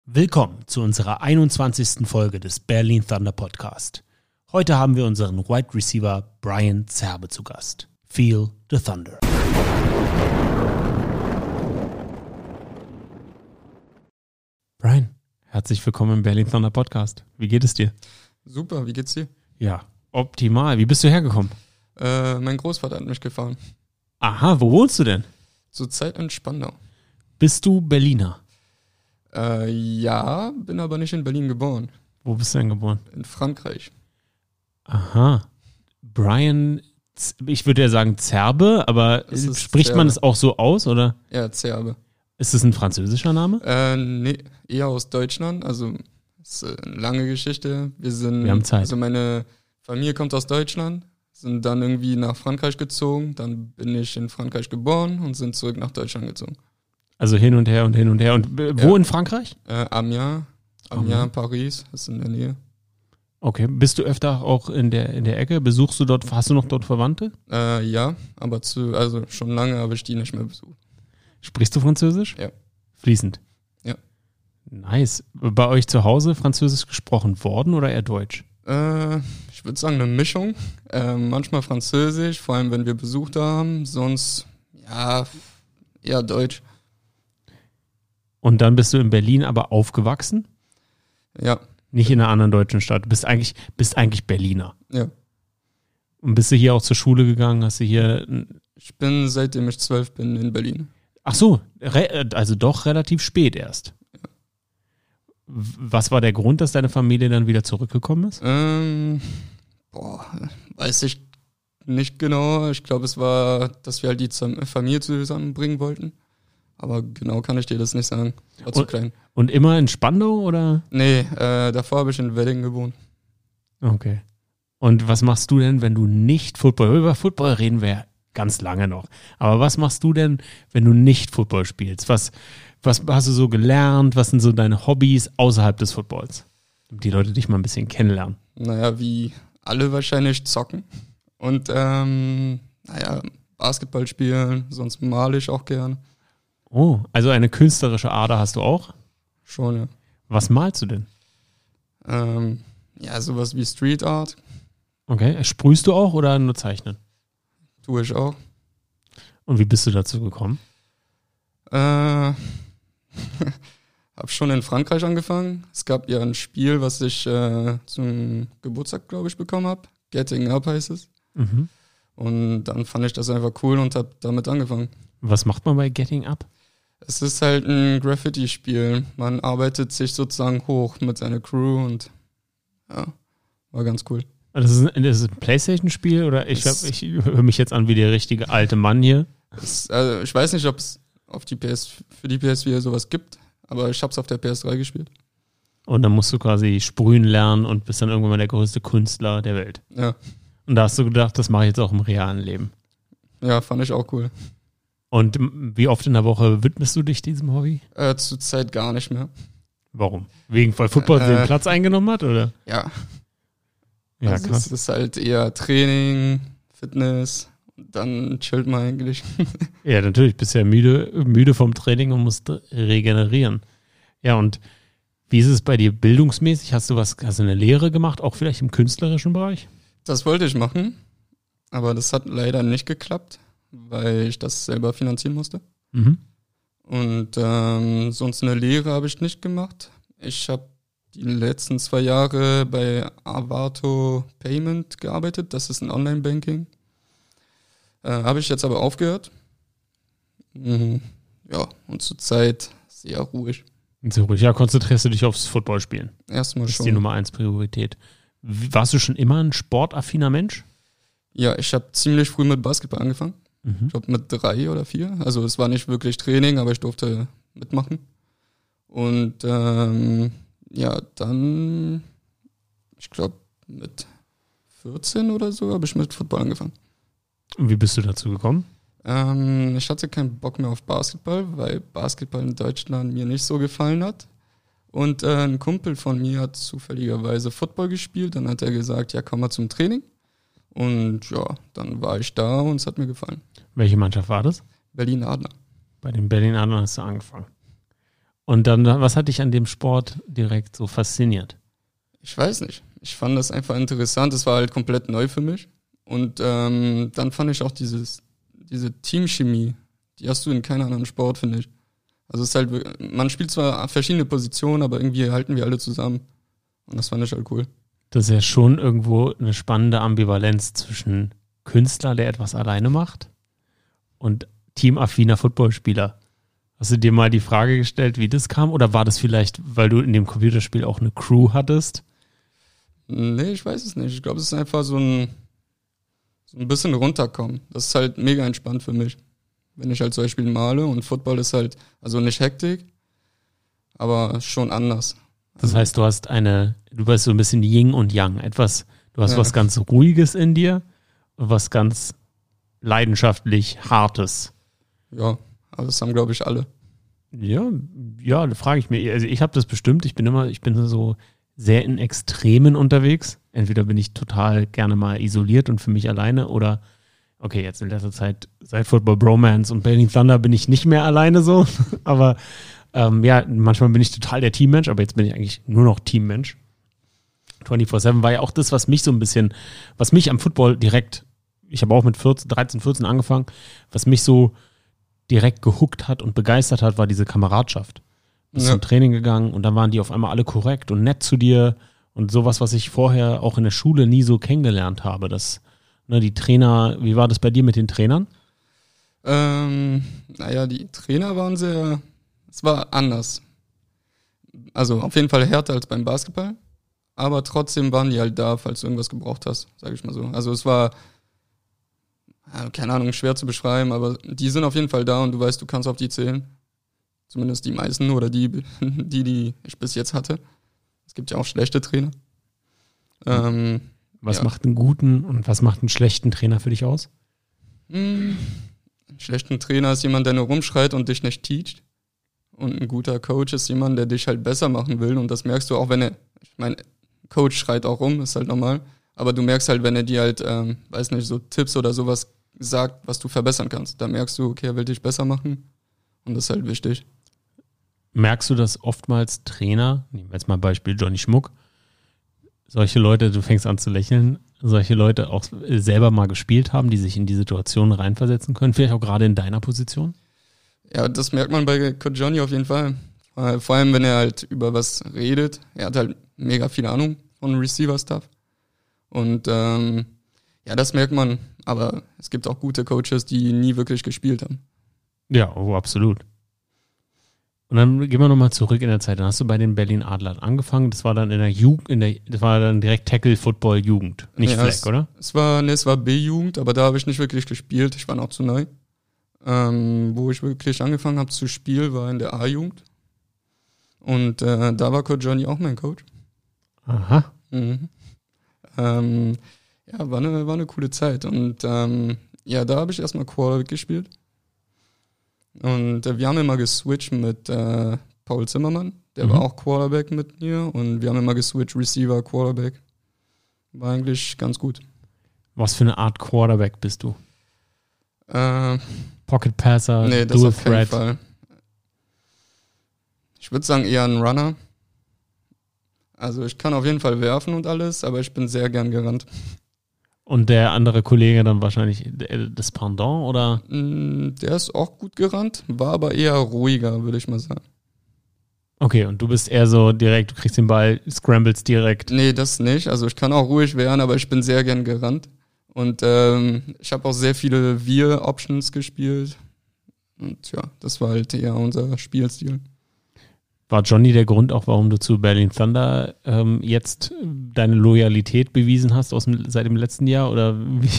Willkommen zu unserer 21. Folge des Berlin Thunder Podcast. Heute haben wir unseren Wide Receiver Brian Zerbe zu Gast. Feel the Thunder. Brian, herzlich willkommen im Berlin Thunder Podcast. Wie geht es dir? Super, wie geht's dir? Ja, optimal. Wie bist du hergekommen? Mein Großvater hat mich gefahren. Aha, wo wohnst du denn? Zurzeit in Spandau. Bist du Berliner? Ja, bin aber nicht in Berlin geboren. Wo bist du denn geboren? In Frankreich. Aha. Brian, ich würde ja sagen Zerbe, aber spricht Zerbe. man es auch so aus, oder? Ja, Zerbe. Ist es ein französischer Name? Nee, eher aus Deutschland. Also, ist eine lange Geschichte. Wir haben Zeit. Also, meine Familie kommt aus Deutschland, sind dann irgendwie nach Frankreich gezogen. Dann bin ich in Frankreich geboren und sind zurück nach Deutschland gezogen. Also hin und her und hin und her. Und wo in Frankreich? Amiens, Paris, ist in der Nähe. Okay, bist du öfter auch in der Ecke? Besuchst du dort, hast du noch dort Verwandte? Ja, aber also schon lange habe ich die nicht mehr besucht. Sprichst du Französisch? Ja. Fließend? Ja. Nice. Bei euch zu Hause Französisch gesprochen worden oder eher Deutsch? Ich würde sagen eine Mischung. Manchmal Französisch, vor allem wenn wir Besuch da haben. Sonst, ja, eher Deutsch. Und dann bist du in Berlin aber aufgewachsen? Ja. Nicht in einer anderen deutschen Stadt. Du bist eigentlich Berliner. Ja. Und bist du hier auch zur Schule gegangen? Hast du hier... Ich bin, seitdem ich 12 bin, in Berlin. Ach so, also doch relativ spät erst. Ja. Was war der Grund, dass deine Familie dann wieder zurückgekommen ist? Weiß ich nicht genau. Ich glaube, es war, dass wir halt die Familie zusammenbringen wollten. Aber genau kann ich dir das nicht sagen. War zu klein. Und immer in Spandau, oder? Nee, davor habe ich in Wedding gewohnt. Okay. Und was machst du denn, wenn du nicht Football... Über Football reden wir ganz lange noch. Aber was machst du denn, wenn du nicht Football spielst? Was hast du so gelernt? Was sind so deine Hobbys außerhalb des Footballs? Damit die Leute dich mal ein bisschen kennenlernen. Naja, wie alle wahrscheinlich zocken. Und Basketball spielen, sonst male ich auch gern. Oh, also eine künstlerische Ader hast du auch? Schon, ja. Was malst du denn? Sowas wie Street Art. Okay, sprühst du auch oder nur zeichnen? Tue ich auch. Und wie bist du dazu gekommen? Hab schon in Frankreich angefangen. Es gab ja ein Spiel, was ich zum Geburtstag, glaube ich, bekommen habe. Getting Up heißt es. Mhm. Und dann fand ich das einfach cool und habe damit angefangen. Was macht man bei Getting Up? Es ist halt ein Graffiti-Spiel. Man arbeitet sich sozusagen hoch mit seiner Crew und ja, war ganz cool. Das ist ein Playstation-Spiel oder ich höre mich jetzt an wie der richtige alte Mann hier. Ich weiß nicht, ob es für die PS4 sowas gibt, aber ich habe es auf der PS3 gespielt. Und dann musst du quasi sprühen lernen und bist dann irgendwann mal der größte Künstler der Welt. Ja. Und da hast du gedacht, das mache ich jetzt auch im realen Leben. Ja, fand ich auch cool. Und wie oft in der Woche widmest du dich diesem Hobby? Zurzeit gar nicht mehr. Warum? Weil Football den Platz eingenommen hat, oder? Ja. Ja, also krass. es ist halt eher Training, Fitness und dann chillt man eigentlich. Ja, natürlich. Bist ja müde vom Training und musst regenerieren. Ja, und wie ist es bei dir bildungsmäßig? Hast du eine Lehre gemacht, auch vielleicht im künstlerischen Bereich? Das wollte ich machen, aber das hat leider nicht geklappt, weil ich das selber finanzieren musste. Mhm. Und sonst eine Lehre habe ich nicht gemacht. Ich habe die letzten 2 Jahre bei Avato Payment gearbeitet. Das ist ein Online-Banking. Habe ich jetzt aber aufgehört. Ja, und zurzeit sehr ruhig. Ja, konzentrierst du dich aufs Footballspielen. Erstmal Das ist schon. die Nummer 1 Priorität. Warst du schon immer ein sportaffiner Mensch? Ja, ich habe ziemlich früh mit Basketball angefangen. Mhm. Ich glaube mit 3 oder 4. Also es war nicht wirklich Training, aber ich durfte mitmachen. Und dann, ich glaube mit 14 oder so habe ich mit Football angefangen. Und wie bist du dazu gekommen? Ich hatte keinen Bock mehr auf Basketball, weil Basketball in Deutschland mir nicht so gefallen hat. Und ein Kumpel von mir hat zufälligerweise Football gespielt. Dann hat er gesagt, ja, komm mal zum Training. Und ja, dann war ich da und es hat mir gefallen. Welche Mannschaft war das? Berlin Adler. Bei den Berlin Adlern hast du angefangen. Und dann, was hat dich an dem Sport direkt so fasziniert? Ich weiß nicht. Ich fand das einfach interessant. Es war halt komplett neu für mich. Und dann fand ich auch diese Teamchemie, die hast du in keinem anderen Sport, finde ich. Also es ist halt, man spielt zwar verschiedene Positionen, aber irgendwie halten wir alle zusammen. Und das fand ich halt cool. Das ist ja schon irgendwo eine spannende Ambivalenz zwischen Künstler, der etwas alleine macht, und teamaffiner Footballspieler. Hast du dir mal die Frage gestellt, wie das kam? Oder war das vielleicht, weil du in dem Computerspiel auch eine Crew hattest? Nee, ich weiß es nicht. Ich glaube, es ist einfach so ein bisschen runterkommen. Das ist halt mega entspannt für mich. Wenn ich halt zum Beispiel male, und Football ist halt, also nicht Hektik, aber schon anders. Das heißt, du bist so ein bisschen Yin und Yang. Du hast was ganz Ruhiges in dir und was ganz leidenschaftlich Hartes. Ja, aber das haben, glaube ich, alle. Ja, da frage ich mich. Also ich habe das bestimmt. Ich bin so sehr in Extremen unterwegs. Entweder bin ich total gerne mal isoliert und für mich alleine, oder okay, jetzt in letzter Zeit seit Football Bromance und Berlin Thunder bin ich nicht mehr alleine so. Aber manchmal bin ich total der Teammensch, aber jetzt bin ich eigentlich nur noch Teammensch. 24/7 war ja auch das, was mich am Football direkt, ich habe auch mit 13, 14 angefangen, was mich so direkt gehuckt hat und begeistert hat, war diese Kameradschaft. Bist zum Training gegangen und dann waren die auf einmal alle korrekt und nett zu dir und sowas, was ich vorher auch in der Schule nie so kennengelernt habe. Die Trainer, wie war das bei dir mit den Trainern? Die Trainer waren es war anders. Also auf jeden Fall härter als beim Basketball, aber trotzdem waren die halt da, falls du irgendwas gebraucht hast, sage ich mal so. Also es war, keine Ahnung, schwer zu beschreiben, aber die sind auf jeden Fall da und du weißt, du kannst auf die zählen. Zumindest die meisten oder die ich bis jetzt hatte. Es gibt ja auch schlechte Trainer. Was macht einen guten und was macht einen schlechten Trainer für dich aus? Ein schlechter Trainer ist jemand, der nur rumschreit und dich nicht teacht. Und ein guter Coach ist jemand, der dich halt besser machen will. Und das merkst du auch, Coach schreit auch rum, ist halt normal. Aber du merkst halt, wenn er dir halt, so Tipps oder sowas sagt, was du verbessern kannst. Da merkst du, okay, er will dich besser machen. Und das ist halt wichtig. Merkst du, dass oftmals Trainer, nehmen wir jetzt mal Beispiel Johnny Schmuck, solche Leute, du fängst an zu lächeln, solche Leute auch selber mal gespielt haben, die sich in die Situation reinversetzen können, vielleicht auch gerade in deiner Position? Ja, das merkt man bei Coach Johnny auf jeden Fall. Vor allem, wenn er halt über was redet. Er hat halt mega viel Ahnung von Receiver-Stuff. Und das merkt man. Aber es gibt auch gute Coaches, die nie wirklich gespielt haben. Ja, absolut. Und dann gehen wir nochmal zurück in der Zeit. Dann hast du bei den Berlin Adlern angefangen. Das war dann in der das war dann direkt Tackle-Football-Jugend, nicht Flag, oder? Es war B-Jugend, aber da habe ich nicht wirklich gespielt. Ich war noch zu neu. Wo ich wirklich angefangen habe zu spielen, war in der A-Jugend. Und da war Coach Johnny auch mein Coach. Aha. Mhm. War eine coole Zeit. Und da habe ich erstmal Quarterback gespielt. Und wir haben immer geswitcht mit Paul Zimmermann. Der war auch Quarterback mit mir. Und wir haben immer geswitcht Receiver, Quarterback. War eigentlich ganz gut. Was für eine Art Quarterback bist du? Pocket Passer, nee, das Dual auf keinen Threat? Fall. Ich würde sagen eher ein Runner. Also ich kann auf jeden Fall werfen und alles, aber ich bin sehr gern gerannt. Und der andere Kollege dann wahrscheinlich das Pendant, oder? Der ist auch gut gerannt, war aber eher ruhiger, würde ich mal sagen. Okay, und du bist eher so direkt, du kriegst den Ball, scrambles direkt. Nee, das nicht. Also ich kann auch ruhig werden, aber ich bin sehr gern gerannt. Und ich habe auch sehr viele Wir-Options gespielt. Und ja, das war halt eher unser Spielstil. War Johnny der Grund auch, warum du zu Berlin Thunder jetzt deine Loyalität bewiesen hast seit dem letzten Jahr? Oder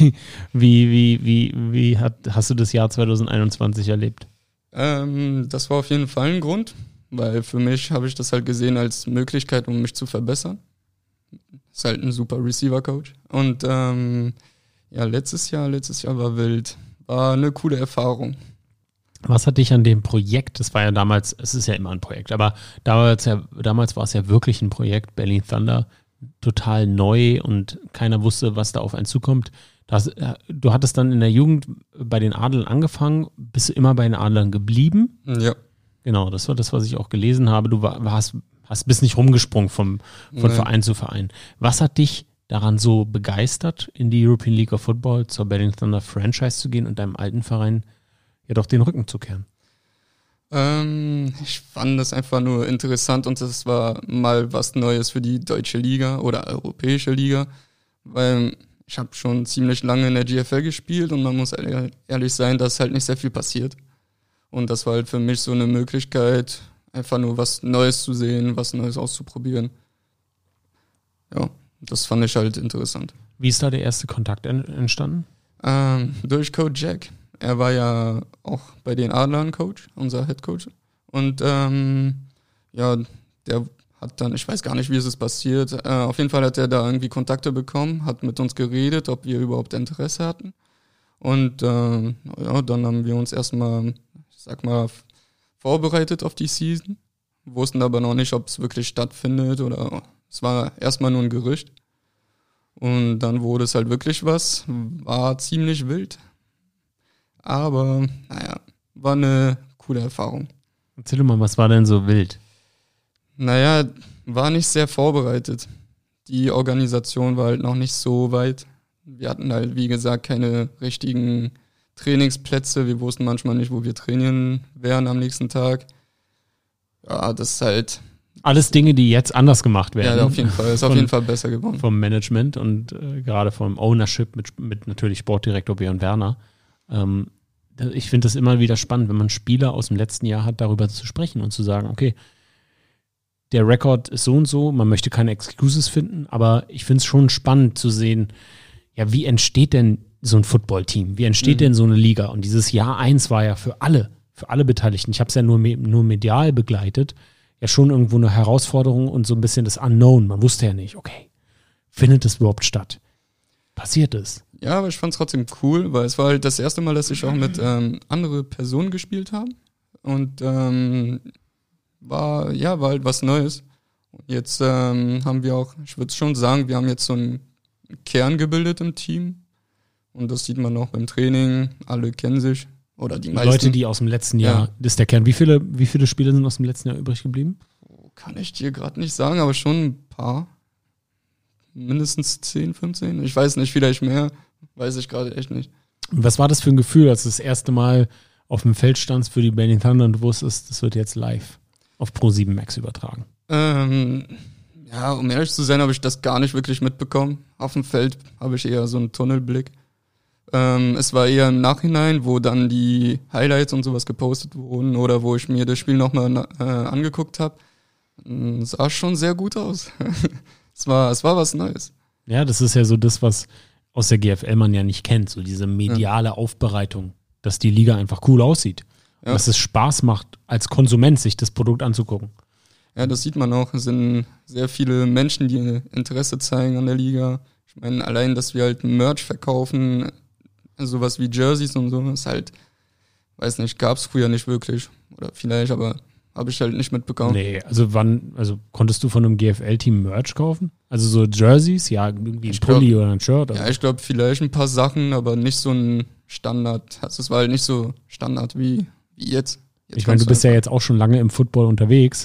wie hast du das Jahr 2021 erlebt? Das war auf jeden Fall ein Grund, weil für mich habe ich das halt gesehen als Möglichkeit, um mich zu verbessern. Ist halt ein super Receiver-Coach. Und letztes Jahr war wild. War eine coole Erfahrung. Was hat dich an dem Projekt, das war ja damals, es ist ja immer ein Projekt, aber damals war es ja wirklich ein Projekt, Berlin Thunder, total neu und keiner wusste, was da auf einen zukommt. Du hattest dann in der Jugend bei den Adlern angefangen, bist du immer bei den Adlern geblieben? Ja. Genau, das war das, was ich auch gelesen habe. Du bist nicht rumgesprungen von Verein zu Verein. Was hat dich daran so begeistert, in die European League of Football zur Berlin Thunder Franchise zu gehen und deinem alten Verein ja doch den Rücken zu kehren? Ich fand das einfach nur interessant und das war mal was Neues für die deutsche Liga oder europäische Liga, weil ich habe schon ziemlich lange in der GFL gespielt und man muss ehrlich sein, dass halt nicht sehr viel passiert. Und das war halt für mich so eine Möglichkeit, einfach nur was Neues zu sehen, was Neues auszuprobieren. Ja, das fand ich halt interessant. Wie ist da der erste Kontakt entstanden? Durch Coach Jack. Er war ja auch bei den Adlern Coach, unser Head Coach. Und ja, der hat dann, ich weiß gar nicht, wie es ist passiert, auf jeden Fall hat er da irgendwie Kontakte bekommen, hat mit uns geredet, ob wir überhaupt Interesse hatten. Und ja, dann haben wir uns erstmal, ich sag mal, vorbereitet auf die Season, wussten aber noch nicht, ob es wirklich stattfindet oder es war erstmal nur ein Gerücht. Und dann wurde es halt wirklich was, war ziemlich wild. Aber, naja, war eine coole Erfahrung. Erzähl doch mal, was war denn so wild? Naja, war nicht sehr vorbereitet. Die Organisation war halt noch nicht so weit. Wir hatten halt, wie gesagt, keine richtigen Trainingsplätze. Wir wussten manchmal nicht, wo wir trainieren werden am nächsten Tag. Ja, das ist halt... Alles Dinge, die jetzt anders gemacht werden. Ja, auf jeden Fall. Ist auf jeden Fall besser geworden. Vom Management und gerade vom Ownership mit natürlich Sportdirektor Björn Werner. Ich finde das immer wieder spannend, wenn man Spieler aus dem letzten Jahr hat, darüber zu sprechen und zu sagen, okay, der Rekord ist so und so, man möchte keine Excuses finden, aber ich finde es schon spannend zu sehen, ja, wie entsteht denn so ein Footballteam? Wie entsteht denn so eine Liga? Und dieses Jahr 1 war ja für alle Beteiligten, ich habe es ja nur medial begleitet, ja schon irgendwo eine Herausforderung und so ein bisschen das Unknown. Man wusste ja nicht, okay, findet es überhaupt statt? Passiert es? Ja, aber ich fand es trotzdem cool, weil es war halt das erste Mal, dass ich auch mit anderen Personen gespielt habe. Und war halt was Neues. Und jetzt haben wir auch, ich würde schon sagen, wir haben jetzt so einen Kern gebildet im Team. Und das sieht man auch beim Training. Alle kennen sich. Oder die meisten. Leute, die aus dem letzten Jahr, das ist der Kern. Wie viele Spieler sind aus dem letzten Jahr übrig geblieben? Kann ich dir gerade nicht sagen, aber schon ein paar. Mindestens 10, 15. Ich weiß nicht, vielleicht mehr. Weiß ich gerade echt nicht. Was war das für ein Gefühl, als du das erste Mal auf dem Feld standst für die Berlin Thunder und du wusstest, das wird jetzt live auf Pro7 Max übertragen? Ja, um ehrlich zu sein, habe ich das gar nicht wirklich mitbekommen. Auf dem Feld habe ich eher so einen Tunnelblick. Es war eher im Nachhinein, wo dann die Highlights und sowas gepostet wurden oder wo ich mir das Spiel nochmal angeguckt habe. Sah schon sehr gut aus. Es war was Neues. Ja, das ist ja so das, was aus der GFL man ja nicht kennt, so diese mediale Aufbereitung, dass die Liga einfach cool aussieht. Ja. Dass es Spaß macht, als Konsument sich das Produkt anzugucken. Ja, das sieht man auch. Es sind sehr viele Menschen, die Interesse zeigen an der Liga. Ich meine, allein, dass wir halt Merch verkaufen, sowas wie Jerseys und so, ist halt, weiß nicht, gab es früher nicht wirklich. Oder vielleicht, aber habe ich halt nicht mitbekommen. Nee, also konntest du von einem GFL-Team Merch kaufen? Also so Jerseys, ja, irgendwie ein Pulli oder ein Shirt? Oder? Ja, ich glaube vielleicht ein paar Sachen, aber nicht so ein Standard. Also es war halt nicht so Standard wie jetzt. Ich meine, du bist ja jetzt auch schon lange im Football unterwegs.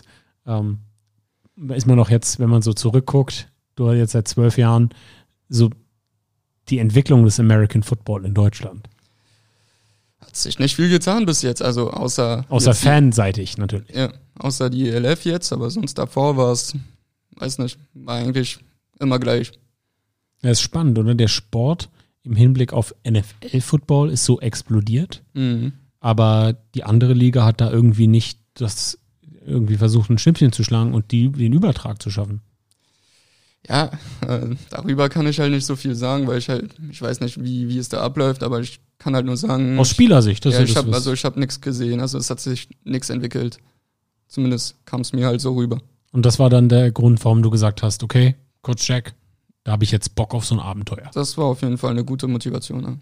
Ist man noch jetzt, wenn man so zurückguckt, du hast jetzt seit 12 Jahren so die Entwicklung des American Football in Deutschland. Hat sich nicht viel getan bis jetzt, also außer fanseitig natürlich. Ja, außer die ELF jetzt, aber sonst davor war es, weiß nicht, war eigentlich immer gleich. Das ist spannend, oder? Der Sport im Hinblick auf NFL-Football ist so explodiert, aber die andere Liga hat da irgendwie nicht das irgendwie versucht, ein Schnippchen zu schlagen und den Übertrag zu schaffen. Ja, darüber kann ich halt nicht so viel sagen, weil ich weiß nicht, wie es da abläuft, aber ich kann halt nur sagen... Aus Spielersicht. Ich habe nichts gesehen, also es hat sich nichts entwickelt. Zumindest kam es mir halt so rüber. Und das war dann der Grund, warum du gesagt hast, okay, Coach Jack, da habe ich jetzt Bock auf so ein Abenteuer. Das war auf jeden Fall eine gute Motivation. Ja.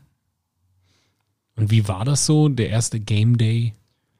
Und wie war das so, der erste Game Day?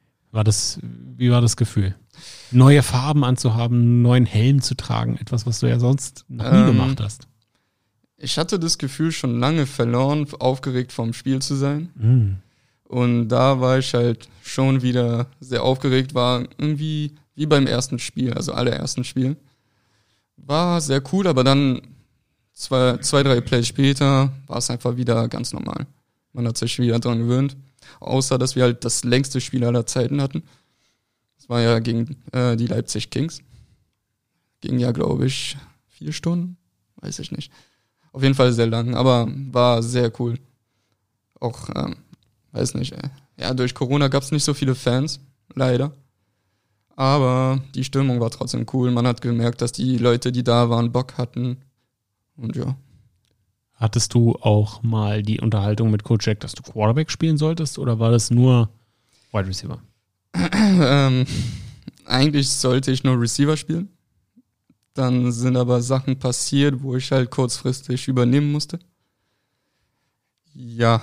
Wie war das Gefühl? Neue Farben anzuhaben, einen neuen Helm zu tragen, etwas, was du ja sonst noch nie gemacht hast. Ich hatte das Gefühl, schon lange verloren, aufgeregt vom Spiel zu sein. Und da war ich halt schon wieder sehr aufgeregt, war irgendwie wie beim ersten Spiel, also allerersten Spiel. War sehr cool, aber dann zwei, drei Plays später war es einfach wieder ganz normal. Man hat sich wieder dran gewöhnt. Außer, dass wir halt das längste Spiel aller Zeiten hatten. Das war ja gegen die Leipzig Kings. Ging ja, glaube ich, 4 Stunden. Weiß ich nicht. Auf jeden Fall sehr lang, aber war sehr cool. Auch, weiß nicht, ja, durch Corona gab es nicht so viele Fans, leider. Aber die Stimmung war trotzdem cool. Man hat gemerkt, dass die Leute, die da waren, Bock hatten. Und ja. Hattest du auch mal die Unterhaltung mit Coach Jack, dass du Quarterback spielen solltest, oder war das nur Wide Receiver? Eigentlich sollte ich nur Receiver spielen. Dann sind aber Sachen passiert, wo ich halt kurzfristig übernehmen musste. Ja,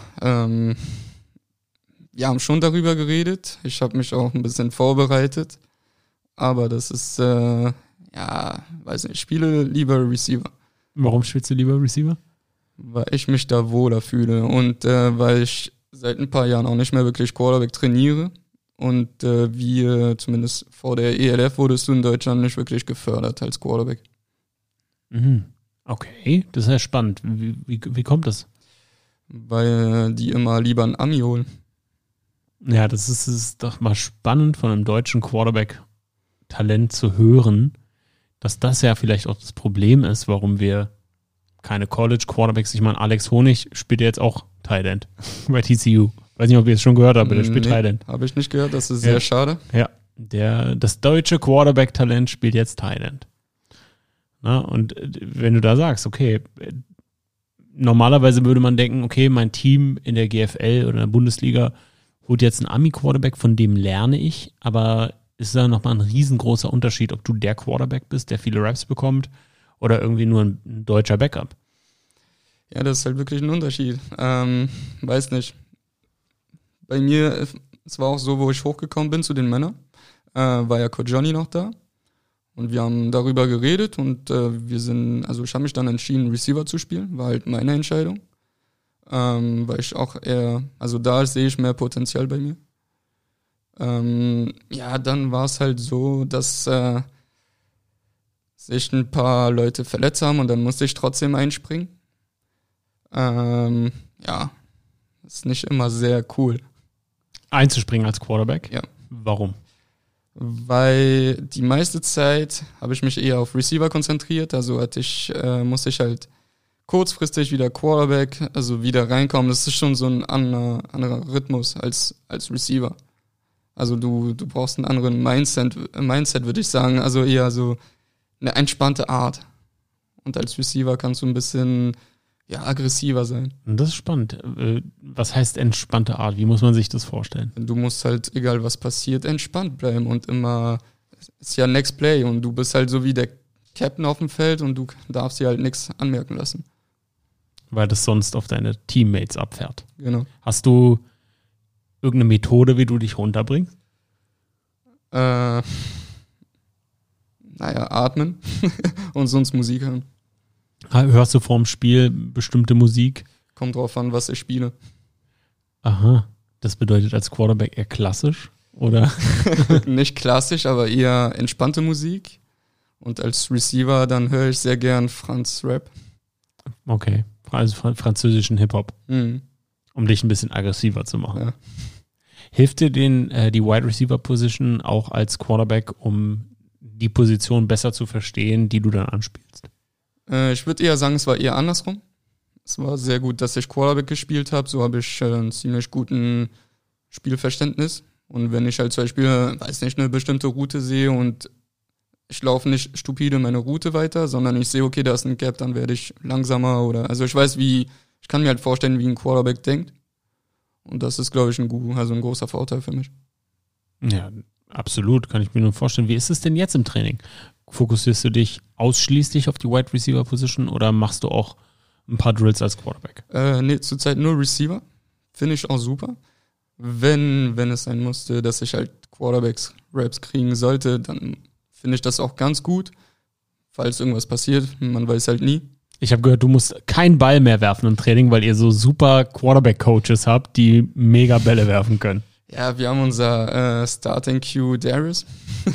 wir haben schon darüber geredet. Ich habe mich auch ein bisschen vorbereitet. Aber das ist, weiß nicht, ich spiele lieber Receiver. Warum spielst du lieber Receiver? Weil ich mich da wohler fühle und weil ich seit ein paar Jahren auch nicht mehr wirklich Quarterback trainiere. Und wie zumindest vor der ELF wurdest du in Deutschland nicht wirklich gefördert als Quarterback. Mhm. Okay, das ist ja spannend. Wie kommt das? Weil die immer lieber einen Ami holen. Ja, das ist doch mal spannend, von einem deutschen Quarterback-Talent zu hören, dass das ja vielleicht auch das Problem ist, warum wir keine College-Quarterbacks, ich meine, Alex Honig spielt ja jetzt auch Tight End bei TCU. Weiß nicht, ob ihr es schon gehört habt, aber der spielt Tight End. Habe ich nicht gehört, das ist sehr schade. Ja, das deutsche Quarterback-Talent spielt jetzt Tight End. Na, und wenn du da sagst, okay, normalerweise würde man denken, okay, mein Team in der GFL oder in der Bundesliga holt jetzt einen Ami-Quarterback, von dem lerne ich, aber ist da nochmal ein riesengroßer Unterschied, ob du der Quarterback bist, der viele Raps bekommt, oder irgendwie nur ein deutscher Backup. Ja, das ist halt wirklich ein Unterschied. Weiß nicht. Bei mir, es war auch so, wo ich hochgekommen bin zu den Männern, war ja Coach Johnny noch da. Und wir haben darüber geredet und ich habe mich dann entschieden, Receiver zu spielen, war halt meine Entscheidung. Weil ich auch da sehe ich mehr Potenzial bei mir. Dann war es halt so, dass sich ein paar Leute verletzt haben und dann musste ich trotzdem einspringen. Ist nicht immer sehr cool. Einzuspringen als Quarterback? Ja. Warum? Weil die meiste Zeit habe ich mich eher auf Receiver konzentriert, also musste ich halt kurzfristig wieder Quarterback, also wieder reinkommen. Das ist schon so ein anderer Rhythmus als Receiver. Also du brauchst einen anderen Mindset, würde ich sagen, also eher so eine entspannte Art. Und als Receiver kannst du ein bisschen aggressiver sein. Das ist spannend. Was heißt entspannte Art? Wie muss man sich das vorstellen? Du musst halt, egal was passiert, entspannt bleiben und immer, ist ja Next Play und du bist halt so wie der Captain auf dem Feld und du darfst dir halt nichts anmerken lassen. Weil das sonst auf deine Teammates abfährt. Genau. Hast du irgendeine Methode, wie du dich runterbringst? Atmen und sonst Musik hören. Hörst du vorm Spiel bestimmte Musik? Kommt drauf an, was ich spiele. Aha, das bedeutet als Quarterback eher klassisch, oder? Nicht klassisch, aber eher entspannte Musik. Und als Receiver dann höre ich sehr gern Franz Rap. Okay, also französischen Hip-Hop, um dich ein bisschen aggressiver zu machen. Ja. Hilft dir die Wide Receiver Position auch als Quarterback, um die Position besser zu verstehen, die du dann anspielst? Ich würde eher sagen, es war eher andersrum. Es war sehr gut, dass ich Quarterback gespielt habe. So habe ich einen ziemlich guten Spielverständnis. Und wenn ich halt zum Beispiel, eine bestimmte Route sehe und ich laufe nicht stupide meine Route weiter, sondern ich sehe, okay, da ist ein Gap, dann werde ich langsamer ich weiß, ich kann mir halt vorstellen, wie ein Quarterback denkt. Und das ist, glaube ich, ein großer Vorteil für mich. Ja, absolut, kann ich mir nur vorstellen. Wie ist es denn jetzt im Training? Fokussierst du dich ausschließlich auf die Wide Receiver Position oder machst du auch ein paar Drills als Quarterback? Zurzeit nur Receiver. Finde ich auch super. Wenn es sein musste, dass ich halt Quarterbacks Raps kriegen sollte, dann finde ich das auch ganz gut. Falls irgendwas passiert, man weiß halt nie. Ich habe gehört, du musst keinen Ball mehr werfen im Training, weil ihr so super Quarterback-Coaches habt, die mega Bälle werfen können. Ja, wir haben unser Starting Q Darius.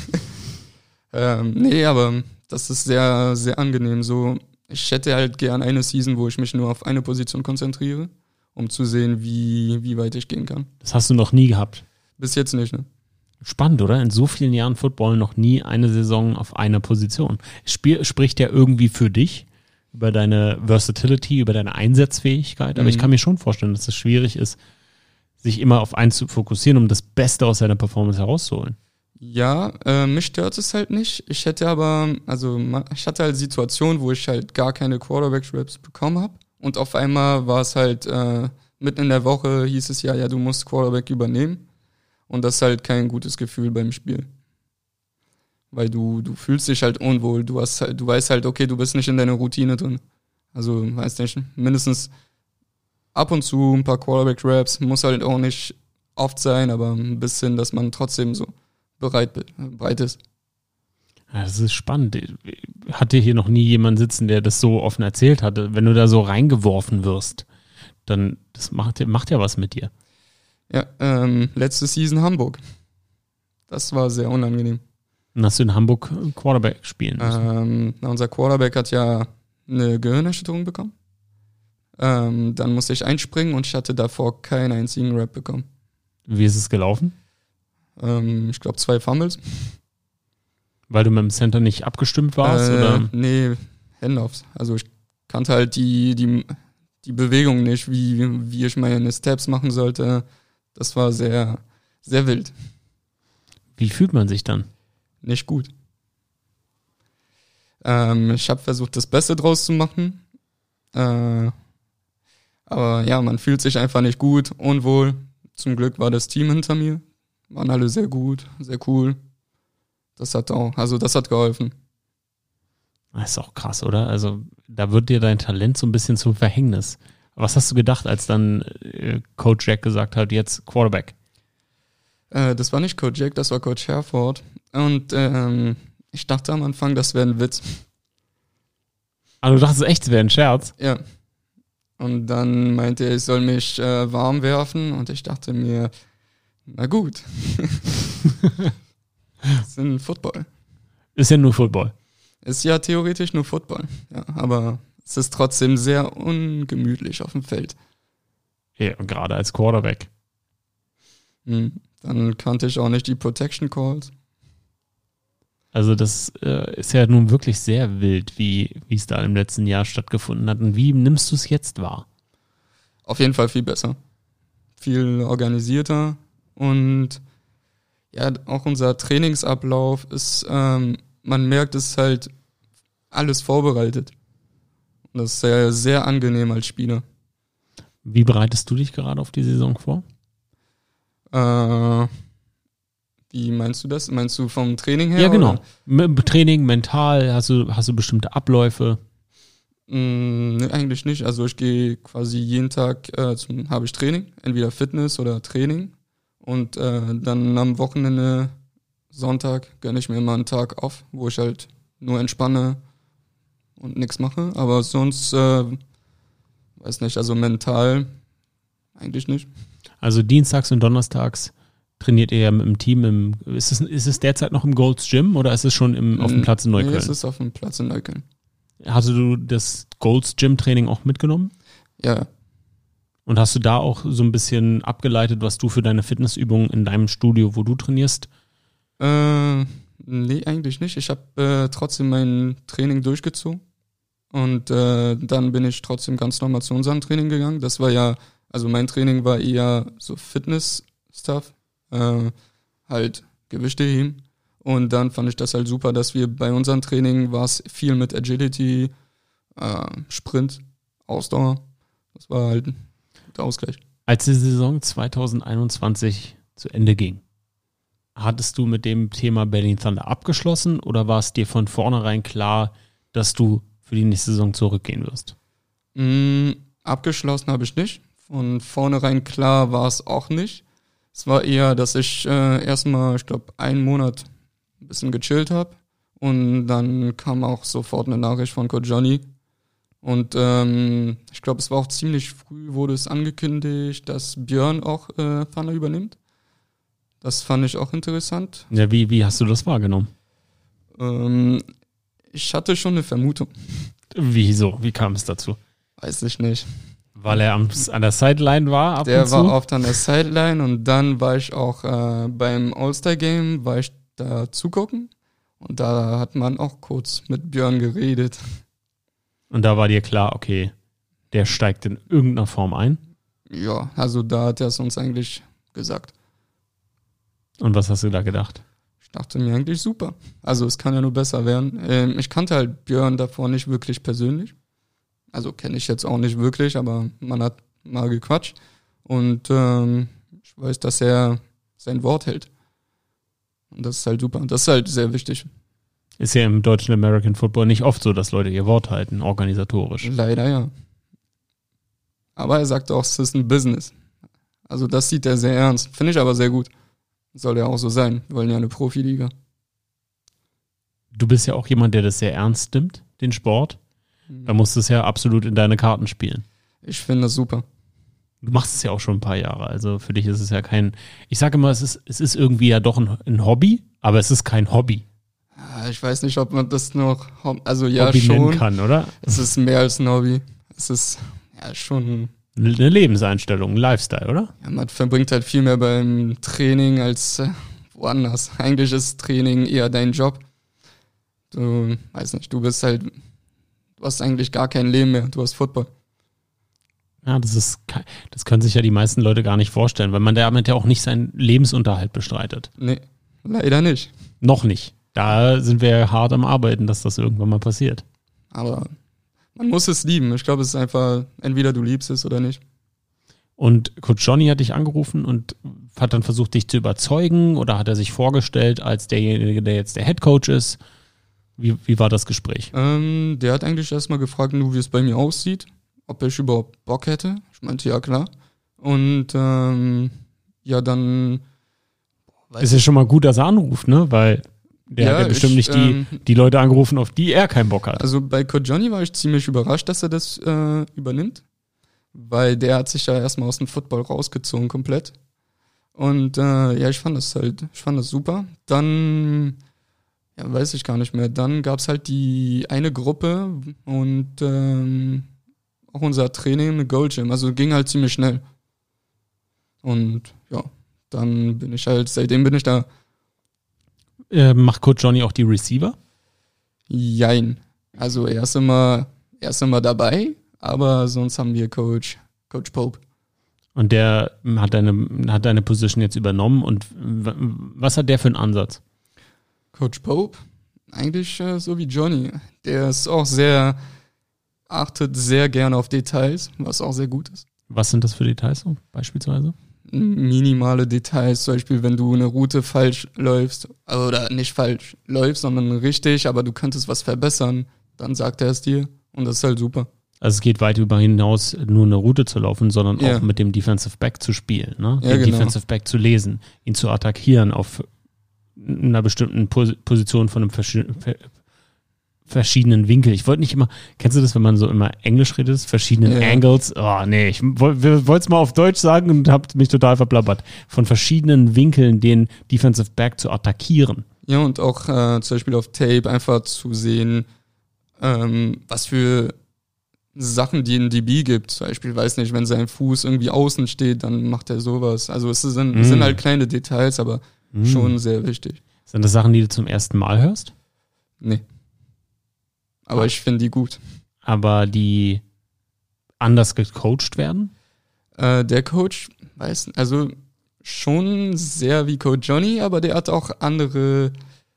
Nee, aber das ist sehr, sehr angenehm. So, ich hätte halt gern eine Season, wo ich mich nur auf eine Position konzentriere, um zu sehen, wie weit ich gehen kann. Das hast du noch nie gehabt. Bis jetzt nicht, ne? Spannend, oder? In so vielen Jahren Football noch nie eine Saison auf einer Position. Spricht ja irgendwie für dich über deine Versatility, über deine Einsatzfähigkeit. Aber ich kann mir schon vorstellen, dass es schwierig ist, sich immer auf eins zu fokussieren, um das Beste aus seiner Performance herauszuholen. Ja, mich stört es halt nicht. Ich hatte halt Situationen, wo ich halt gar keine Quarterback-Reps bekommen habe. Und auf einmal war es halt, mitten in der Woche hieß es ja, du musst Quarterback übernehmen. Und das ist halt kein gutes Gefühl beim Spiel. Weil du fühlst dich halt unwohl. Du weißt halt, okay, du bist nicht in deiner Routine drin. Also, weiß nicht, mindestens ab und zu ein paar Quarterback-Raps, muss halt auch nicht oft sein, aber ein bisschen, dass man trotzdem so bereit ist. Ja, das ist spannend. Hatte hier noch nie jemand sitzen, der das so offen erzählt hatte. Wenn du da so reingeworfen wirst, dann das macht ja was mit dir. Ja, letzte Season Hamburg. Das war sehr unangenehm. Und hast du in Hamburg Quarterback spielen müssen? Unser Quarterback hat ja eine Gehirnerschütterung bekommen. Dann musste ich einspringen und ich hatte davor keinen einzigen Rap bekommen. Wie ist es gelaufen? Ich glaube 2 Fumbles. Weil du mit dem Center nicht abgestimmt warst? Oder? Nee, Handoffs. Also ich kannte halt die Bewegung nicht, wie ich meine Steps machen sollte. Das war sehr, sehr wild. Wie fühlt man sich dann? Nicht gut. Ich habe versucht, das Beste draus zu machen. Aber ja, man fühlt sich einfach nicht gut, unwohl. Zum Glück war das Team hinter mir. Waren alle sehr gut, sehr cool. Das hat geholfen. Das ist auch krass, oder? Also da wird dir dein Talent so ein bisschen zum Verhängnis. Was hast du gedacht, als dann Coach Jack gesagt hat, jetzt Quarterback? Das war nicht Coach Jack, das war Coach Herford. Und ich dachte am Anfang, das wäre ein Witz. Ah, du dachtest echt, es wäre ein Scherz? Ja. Und dann meinte er, ich soll mich warm werfen. Und ich dachte mir, na gut. Das ist ein Football. Ist ja nur Football. Ist ja theoretisch nur Football. Ja, aber es ist trotzdem sehr ungemütlich auf dem Feld. Ja, und gerade als Quarterback. Dann kannte ich auch nicht die Protection Calls. Also das ist ja nun wirklich sehr wild, wie es da im letzten Jahr stattgefunden hat. Und wie nimmst du es jetzt wahr? Auf jeden Fall viel besser. Viel organisierter. Und ja, auch unser Trainingsablauf ist, man merkt, es ist halt alles vorbereitet. Und das ist sehr, sehr angenehm als Spieler. Wie bereitest du dich gerade auf die Saison vor? Wie meinst du das? Meinst du vom Training her? Ja, genau. Training, mental, hast du bestimmte Abläufe? Nee, eigentlich nicht. Also ich gehe quasi jeden Tag, habe ich Training, entweder Fitness oder Training. Und dann am Wochenende, Sonntag, gönne ich mir immer einen Tag off, wo ich halt nur entspanne und nichts mache. Aber sonst, weiß nicht, also mental eigentlich nicht. Also dienstags und donnerstags trainiert ihr ja mit dem Team ist es derzeit noch im Gold's Gym oder ist es schon auf dem Platz in Neukölln? Nee, es ist auf dem Platz in Neukölln. Hast du das Gold's Gym Training auch mitgenommen? Ja. Und hast du da auch so ein bisschen abgeleitet, was du für deine Fitnessübungen in deinem Studio, wo du trainierst? Nee, eigentlich nicht. Ich habe trotzdem mein Training durchgezogen. Und dann bin ich trotzdem ganz normal zu unserem Training gegangen. Das war ja, also mein Training war eher so Fitness-Stuff, halt Gewichte heben. Und dann fand ich das halt super, dass wir bei unserem Training war es viel mit Agility, Sprint, Ausdauer. Das war halt der Ausgleich. Als die Saison 2021 zu Ende ging, hattest du mit dem Thema Berlin Thunder abgeschlossen oder war es dir von vornherein klar, dass du für die nächste Saison zurückgehen wirst? Abgeschlossen habe ich nicht. Von vornherein klar war es auch nicht. Es war eher, dass ich erstmal, ich glaube, einen Monat ein bisschen gechillt habe und dann kam auch sofort eine Nachricht von Coach Johnny, Und ich glaube, es war auch ziemlich früh, wurde es angekündigt, dass Björn auch Thunder übernimmt. Das fand ich auch interessant. Ja, wie hast du das wahrgenommen? Ich hatte schon eine Vermutung. Wieso? Wie kam es dazu? Weiß ich nicht. Weil er an der Sideline war ab und Der zu? war oft an der Sideline und dann war ich auch beim All-Star-Game, war ich da zugucken und da hat man auch kurz mit Björn geredet. Und da war dir klar, okay, der steigt in irgendeiner Form ein? Ja, also da hat er es uns eigentlich gesagt. Und was hast du da gedacht? Ich dachte mir eigentlich super. Also es kann ja nur besser werden. Ich kannte halt Björn davor nicht wirklich persönlich. Also kenne ich jetzt auch nicht wirklich, aber man hat mal gequatscht. Und ich weiß, dass er sein Wort hält. Und das ist halt super. Und das ist halt sehr wichtig. Ist ja im deutschen American Football nicht oft so, dass Leute ihr Wort halten, organisatorisch. Leider ja. Aber er sagt auch, es ist ein Business. Also das sieht er sehr ernst. Finde ich aber sehr gut. Soll ja auch so sein. Wir wollen ja eine Profiliga. Du bist ja auch jemand, der das sehr ernst nimmt, den Sport. Da musst du es ja absolut in deine Karten spielen. Ich finde das super. Du machst es ja auch schon ein paar Jahre. Also für dich ist es ja kein, ich sage immer, es ist irgendwie ja doch ein Hobby, aber es ist kein Hobby. Ich weiß nicht, ob man das noch, also ja Hobby schon. nennen kann, oder? Es ist mehr als ein Hobby. Es ist ja schon eine Lebenseinstellung, ein Lifestyle, oder? Ja, man verbringt halt viel mehr beim Training als woanders. Eigentlich ist Training eher dein Job. Du, weiß nicht, du hast eigentlich gar kein Leben mehr. Du hast Football. Ja, das können sich ja die meisten Leute gar nicht vorstellen, weil man damit ja auch nicht seinen Lebensunterhalt bestreitet. Nee, leider nicht. Noch nicht. Da sind wir hart am Arbeiten, dass das irgendwann mal passiert. Aber man muss es lieben. Ich glaube, es ist einfach, entweder du liebst es oder nicht. Und Coach Johnny hat dich angerufen und hat dann versucht, dich zu überzeugen, oder hat er sich vorgestellt als derjenige, der jetzt der Headcoach ist? Wie war das Gespräch? Der hat eigentlich erstmal gefragt, nur wie es bei mir aussieht, ob ich überhaupt Bock hätte. Ich meinte, ja klar. Und ja, dann... Ist ja schon mal gut, dass er anruft, ne? Weil der hat ja bestimmt nicht die Leute angerufen, auf die er keinen Bock hat. Also bei Coach Johnny war ich ziemlich überrascht, dass er das übernimmt. Weil der hat sich ja erstmal aus dem Football rausgezogen komplett. Und ja, ich fand das super. Dann, ja, weiß ich gar nicht mehr. Dann gab es halt die eine Gruppe und auch unser Training mit Gold Gym. Also ging halt ziemlich schnell. Und ja, dann seitdem bin ich da. Macht Coach Johnny auch die Receiver? Jein. Also er ist immer dabei, aber sonst haben wir Coach Pope. Und der hat deine Position jetzt übernommen. Und was hat der für einen Ansatz? Coach Pope? Eigentlich so wie Johnny. Der ist auch achtet sehr gerne auf Details, was auch sehr gut ist. Was sind das für Details so, beispielsweise? Minimale Details, zum Beispiel, wenn du eine Route falsch läufst, oder nicht falsch läufst, sondern richtig, aber du könntest was verbessern, dann sagt er es dir und das ist halt super. Also es geht weit über hinaus, nur eine Route zu laufen, sondern auch mit dem Defensive Back zu spielen, ne? Ja, den genau. Defensive Back zu lesen, ihn zu attackieren auf einer bestimmten Position von einem verschiedenen Winkel. Ich wollte nicht immer, kennst du das, wenn man so immer Englisch redet, verschiedenen Angles? Oh nee, ich wollte es mal auf Deutsch sagen und habe mich total verplappert. Von verschiedenen Winkeln den Defensive Back zu attackieren. Ja, und auch zum Beispiel auf Tape einfach zu sehen, was für Sachen, die ein DB gibt. Zum Beispiel, weiß nicht, wenn sein Fuß irgendwie außen steht, dann macht er sowas. Also es sind halt kleine Details, aber schon sehr wichtig. Sind das Sachen, die du zum ersten Mal hörst? Nee. Aber ich finde die gut. Aber die anders gecoacht werden? Der Coach, also schon sehr wie Coach Johnny, aber der hat auch andere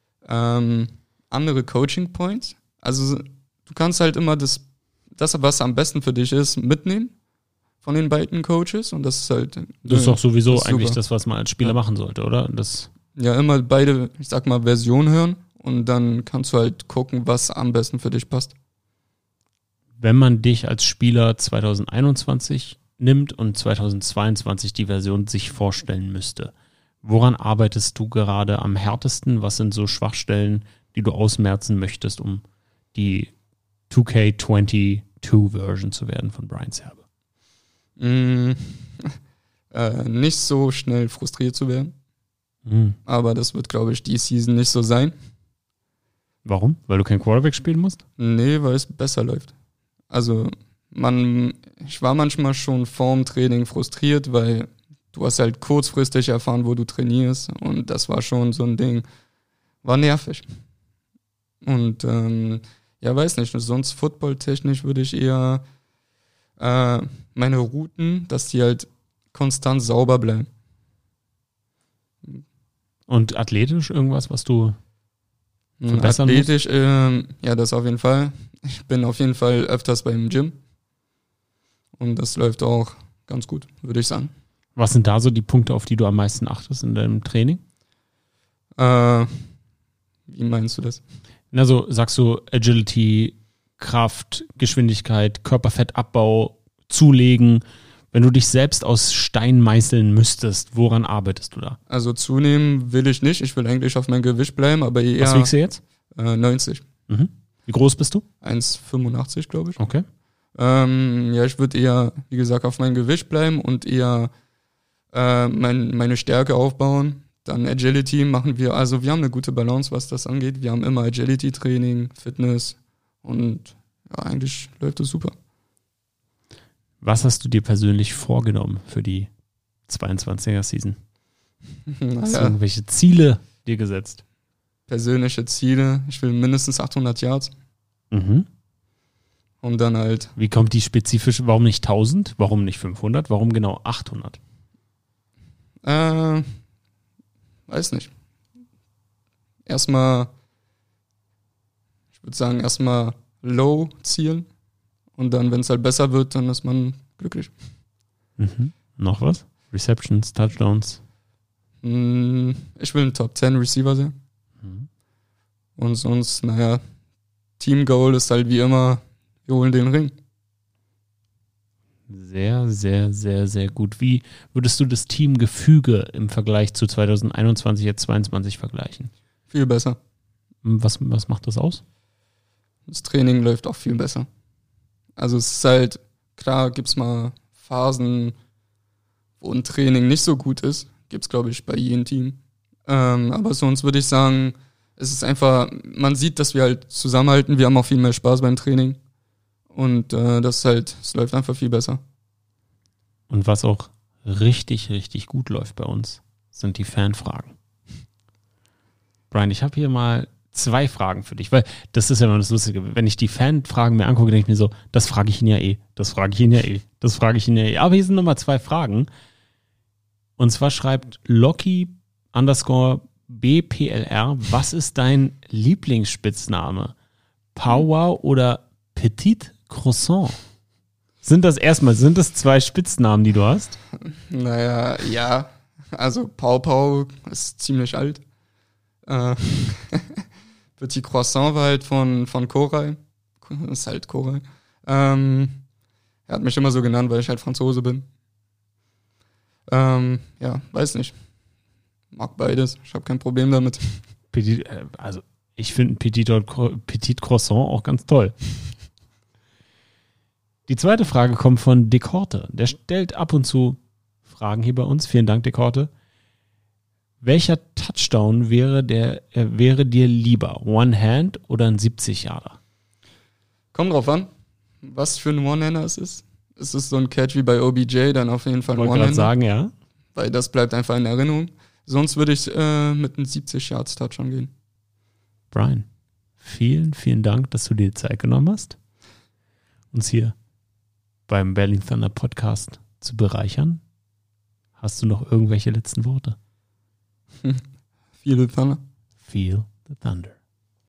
Coaching Points. Also du kannst halt immer das, was am besten für dich ist, mitnehmen von den beiden Coaches und das ist halt... Das ist doch sowieso ist eigentlich super. Das, was man als Spieler machen sollte, oder? Ja, immer beide, ich sag mal, Versionen hören und dann kannst du halt gucken, was am besten für dich passt. Wenn man dich als Spieler 2021 nimmt und 2022 die Version sich vorstellen müsste, woran arbeitest du gerade am härtesten? Was sind so Schwachstellen, die du ausmerzen möchtest, um die 2K20 2-Version zu werden von Brian Serbe? Nicht so schnell frustriert zu werden. Aber das wird, glaube ich, die Season nicht so sein. Warum? Weil du kein Quarterback spielen musst? Nee, weil es besser läuft. Also ich war manchmal schon vorm Training frustriert, weil du hast halt kurzfristig erfahren, wo du trainierst, und das war schon so ein Ding, war nervig. Und weiß nicht, sonst footballtechnisch würde ich eher meine Routen, dass die halt konstant sauber bleiben. Und athletisch irgendwas, was du verbessern athletisch, das auf jeden Fall. Ich bin auf jeden Fall öfters beim Gym. Und das läuft auch ganz gut, würde ich sagen. Was sind da so die Punkte, auf die du am meisten achtest in deinem Training? Wie meinst du das? Also sagst du Agility, Kraft, Geschwindigkeit, Körperfettabbau, Zulegen. Wenn du dich selbst aus Stein meißeln müsstest, woran arbeitest du da? Also zunehmen will ich nicht. Ich will eigentlich auf mein Gewicht bleiben, aber eher... Was wiegst du jetzt? 90. Mhm. Wie groß bist du? 1,85, glaube ich. Okay. Ich würde eher, wie gesagt, auf mein Gewicht bleiben und eher meine Stärke aufbauen. Dann Agility machen wir, also wir haben eine gute Balance, was das angeht. Wir haben immer Agility-Training, Fitness und ja, eigentlich läuft es super. Was hast du dir persönlich vorgenommen für die 22er-Season? Hast du irgendwelche Ziele dir gesetzt? Persönliche Ziele. Ich will mindestens 800 Yards. Mhm. Und dann halt... Wie kommt die spezifisch, warum nicht 1000? Warum nicht 500? Warum genau 800? Weiß nicht. Ich würde sagen, erstmal low zielen. Und dann, wenn es halt besser wird, dann ist man glücklich. Mhm. Noch was? Receptions, Touchdowns? Ich will ein Top 10 Receiver sein. Mhm. Und sonst, Team Goal ist halt wie immer, wir holen den Ring. Sehr, sehr, sehr, sehr gut. Wie würdest du das Teamgefüge im Vergleich zu 2021, jetzt 2022 vergleichen? Viel besser. Was macht das aus? Das Training läuft auch viel besser. Also es ist halt, klar gibt's mal Phasen, wo ein Training nicht so gut ist. Gibt's, glaube ich, bei jedem Team. Aber sonst würde ich sagen, es ist einfach, man sieht, dass wir halt zusammenhalten. Wir haben auch viel mehr Spaß beim Training. Und es läuft einfach viel besser. Und was auch richtig, richtig gut läuft bei uns, sind die Fanfragen. Brian, ich habe hier mal 2 Fragen für dich, weil das ist ja immer das Lustige. Wenn ich die Fanfragen mir angucke, denke ich mir so, das frage ich ihn ja eh, das frage ich ihn ja eh, das frage ich ihn ja eh. Aber hier sind nochmal 2 Fragen. Und zwar schreibt Locky_BPLR, was ist dein Lieblingsspitzname? Power oder Petit Croissant? Sind das 2 Spitznamen, die du hast? Naja, ja. Also Pau ist ziemlich alt. Petit Croissant war halt von Koray. Ist halt Koray. Er hat mich immer so genannt, weil ich halt Franzose bin. Weiß nicht. Mag beides. Ich habe kein Problem damit. Ich finde Petit Croissant auch ganz toll. Die zweite Frage kommt von Dekorte. Der stellt ab und zu Fragen hier bei uns. Vielen Dank, Dekorte. Welcher Touchdown wäre dir lieber? One-Hand oder ein 70-Yarder? Kommt drauf an, was für ein One-Hander es ist. Ist es so ein Catch wie bei OBJ, dann auf jeden Fall ein One-Hander. Ich wollte gerade sagen, ja. Weil das bleibt einfach in Erinnerung. Sonst würde ich mit einem 70-Yards-Touchdown gehen. Brian, vielen, vielen Dank, dass du dir die Zeit genommen hast, uns hier beim Berlin Thunder Podcast zu bereichern. Hast du noch irgendwelche letzten Worte? Feel the Thunder. Feel the Thunder.